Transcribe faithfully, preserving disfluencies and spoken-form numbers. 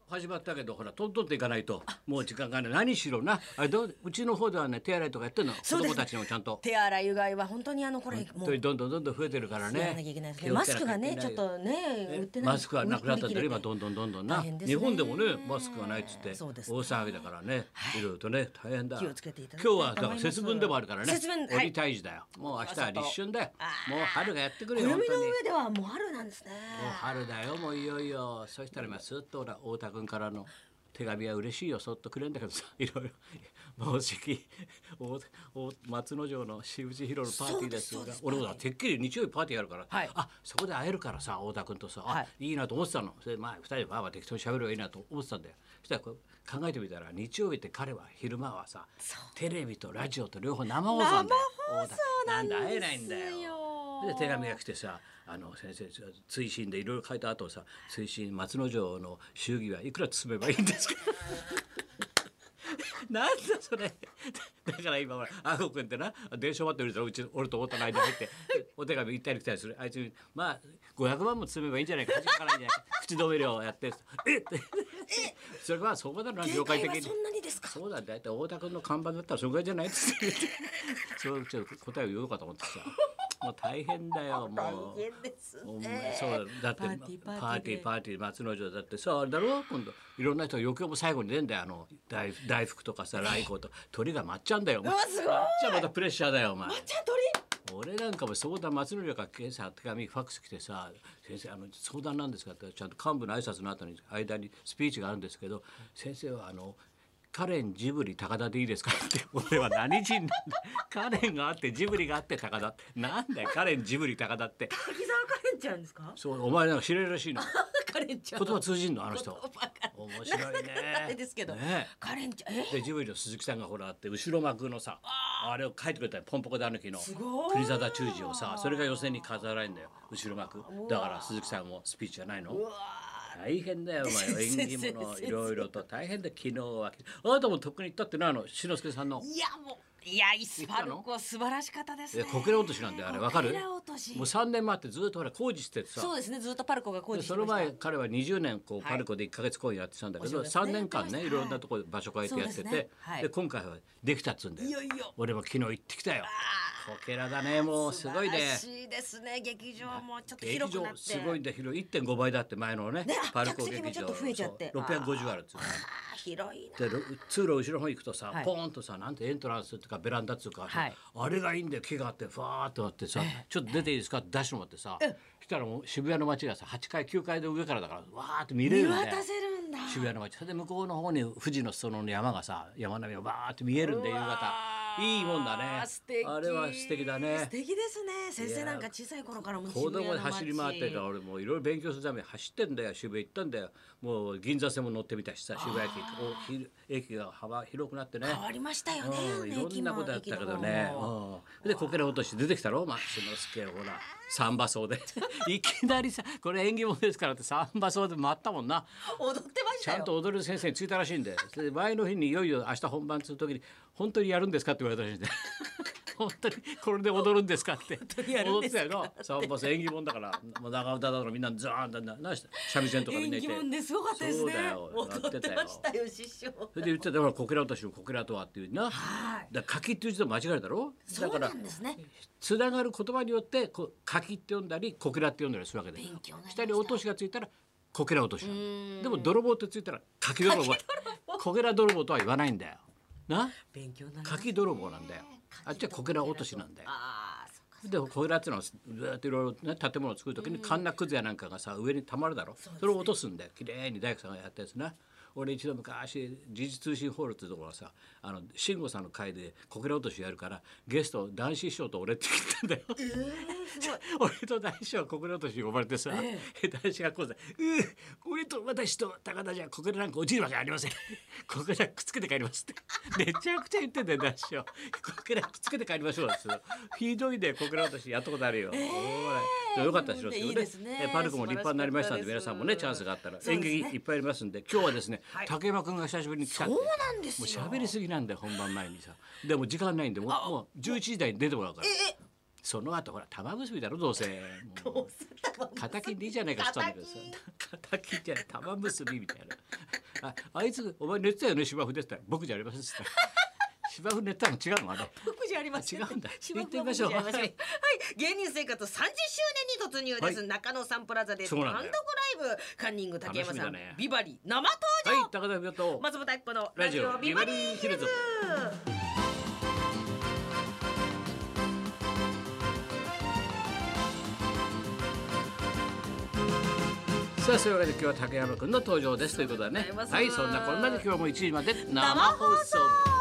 始まったけどほらトントンっていかないともう時間がない。何しろなあれどううちの方ではね手洗いとかやってんの、子供たちにもちゃんと。 手洗いうがいは本当にあのこれもうどんどんどんどん増えてるからね。 やらなきゃいけないですね。マスクがねちょっとね売ってない。 マスクはなくなったんだよ今どんどんどんどんな、日本でもねマスクがないっつって大騒ぎだからね、いろいろとね大変だ。 気をつけていただきたいと思います。 今日はだから節分でもあるからね。 節分はい折退治だよ。もう明日は立春だよ。もう春がやってくるよ。 暦の本当に上ではもう春なんですね。 もう春だよもういよいよ。そしたら今すっとほら太田君からの手紙は嬉しいよそっとくれるんだけどさ、いろいろもうじき大大松之丞の渋地広のパーティーですが、俺もだてっきり日曜日パーティーやるから、 はい、 あそこで会えるからさ太田君とさ、 はい、 あいいなと思ってたの。それでまあふたりでバーバー適当に喋ればいいなと思ってたんだよ。そしたらこう考えてみたら日曜日って彼は昼間はさテレビとラジオと両方生放送なんだよ。 生放送なんですよ。 なんだ会えないんだよ。で手紙が来てさ、あの先生追伸でいろいろ書いた後さ、追伸松之丞の祝儀はいくら包めばいいんですかなんだそれだから今ほらあごくんってな電車待ってるからうち俺と太田の間に入ってお手紙行ったり来たりする。あいつにまあごひゃくまんも包めばいいんじゃないか、恥かかないんじゃないか口止め料やってえってそれはそうだろうな業界的に。 そんなにですか。 そうだだいたい太田君の看板だったらそのぐらいじゃないっつってそうちょっと答えを言おうかと思ってさもう大変だよもう。 大変ですね。そうだってパーティーパーティーパーティー松之丞だってさあれだろ今度いろんな人余興も最後に出んだよ。あの 大, 大福とかさ来光と鳥がまっちゃんだよ。 うわすごい。 まっちゃんまたプレッシャーだよお前。 まっちゃん鳥。 俺なんかも相談松之丞から今朝手紙ファックス来てさ先生あの相談なんですかってちゃんと幹部の挨拶の後に間にスピーチがあるんですけど先生はあのカレンジブリ高田でいいですかって俺は何人なんだカレンがあってジブリがあって高田ってなんだよカレンジブリ高田って滝沢カレンちゃんですか。 そうお前なんか知れるらしいのカレンちゃん言葉通じんのあの人面白いねあれですけど、 ね、 カレンちゃんえでジブリの鈴木さんがほらあって後ろ幕のさ あ, あれを書いてくれたよポンポコだぬきの栗貞忠治をさそれが予選に飾られるんだよ後ろ幕だから鈴木さんもスピーチじゃないの。大変だよお前演技ものいろいろと大変だ。昨日はあなたもとっくに行ったってなあの志の輔さんのいやもういやイスパルコ素晴らしかったですね。 こけら落としなんてあれわかる。もうさんねんまえってずっとほら工事しててさ。 そうですねずっとパルコが工事してました。その前彼はにじゅうねんこうパルコでいっかげつ公演やってたんだけど、はい、さんねんかんねいろんなところで場所変えてやってて、ねはい、で今回はできたっつうんでいよいよ俺も昨日行ってきたよ。こけらだねもうすごいね。 素晴らしいですね。劇場もちょっと広くなって劇場すごいんだ広い いってんご 倍だって前の ね, ねパルコ劇場ちょっと増えちゃってろっぴゃくごじゅうあるっつうね。 広いな。 で通路後ろの方行くとさ、はい、ポーンとさなんてエントランスっていうかベランダっつうか、はい、あれがいいんだよ。木があってファーっとあってさ、えー、ちょっと出ていいですかって出してもらってさ、えー、したらもう渋谷の街がさはちかいきゅうかいで上からだからわーって見れるんだよ。 見渡せるんだ渋谷の街。それで向こうの方に富士の裾野の山がさ山並みがわーって見えるんで夕方いいもんだね。あれは素敵だね。 素敵ですね。先生なんか小さい頃からも子供で走り回ってるから俺もいろいろ勉強するために走ってんだよ。渋谷行ったんだよ。もう銀座線も乗ってみたしさ渋谷駅駅が幅広くなってね変わりましたよね、 うん、いろんなことやったけどね、うん、でこけら落として出てきたろ松之助ほらサンバ奏でいきなりさこれ演技もですからってサンバ奏で回ったもんな。 踊ってましたよ。 ちゃんと踊る先生についたらしいんでで前の日にいよいよ明日本番する時に本当にやるんですかって言われたらしいんで本当にこれで踊るんですかって踊ってたよな。サンバ奏演技もんだからもう長唄だからみんなザーンってな何して三味線とかみんないて演技もんですごかったですね。 そうだよ踊ってましたよ師匠。 それで言ってたからこけら落としのこけらとはっていうな。だ柿っていう字と間違えるだろ。だからつながる言葉によってこう柿って読んだりこけらって読んだりするわけで下に落としがついたらこけら落としでも泥棒ってついたら柿泥棒こけら泥棒とは言わないんだよな。柿泥棒なんだよ。あっちはこけら落としなんだよ。でこけらっていうのはずっといろいろね建物を作る時にかんなくずやなんかがさ上にたまるだろ。それを落とすんだよ。きれいに大工さんがやったやつな。俺一度昔時事通信ホールっていうところはさあの慎吾さんの会でこけら落としやるからゲスト男子師匠と俺って言ったんだよ、えー、俺と男子師匠はこけら落としに呼ばれてさ、えー、男子がこうさ「う俺と私と高田じゃこけらなんか落ちるわけありませんこけらくっつけて帰ります」ってめちゃくちゃ言ってんだよ男子師匠。こけらくっつけて帰りましょうですひどいでこけら落としやったことあるよ、えー、よかったでしょうけどね。いいですね。パルコも立派になりましたんで皆さんもねチャンスがあったら演劇いっぱいありますんで今日はですねはい、竹山くんが久しぶりに来たんでそうなんですよ。 もう喋りすぎなんだよ本番前にさ。でも時間ないんでもうもうじゅういちじ台に出てもらうから。えその後ほら玉結びだろどうせ。どうせ玉結び。敵でいいじゃないかしたんだけどさ。敵じゃない玉結びみたいな。 ああいつお前寝てたよね芝生でって言ったら僕じゃありませんでした。芝生寝たの違うのあれ。 僕じゃありません。 違うんだ。 芝行ってみましょう。 生は僕じゃありません。 はいはい、芸人生活さんじゅっしゅうねんに突入です。 はい、 中野サンプラザでそうなんだよ単独ライブ、カンニング竹山さん、 楽しみだねビバリ生登場。 はい、高田美と松本一歩のラジオビバリーヒルズ。さあ、そういうわけで今日は竹山くんの登場ですということだね。はい、そんなこんなで今日もいちじまで生放送。